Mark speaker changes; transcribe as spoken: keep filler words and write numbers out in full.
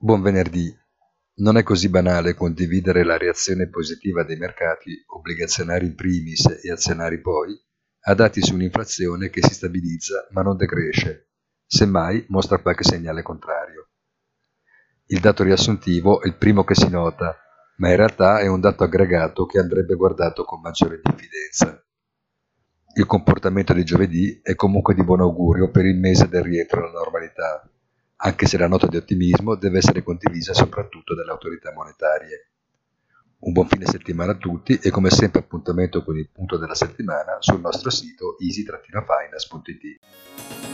Speaker 1: Buon venerdì. Non è così banale condividere la reazione positiva dei mercati, obbligazionari in primis e azionari poi, a dati su un'inflazione che si stabilizza ma non decresce, semmai mostra qualche segnale contrario. Il dato riassuntivo è il primo che si nota, ma in realtà è un dato aggregato che andrebbe guardato con maggiore diffidenza. Il comportamento di giovedì è comunque di buon augurio per il mese del rientro alla normalità, anche se la nota di ottimismo deve essere condivisa soprattutto dalle autorità monetarie. Un buon fine settimana a tutti e come sempre appuntamento con il punto della settimana sul nostro sito easy-finance punto it.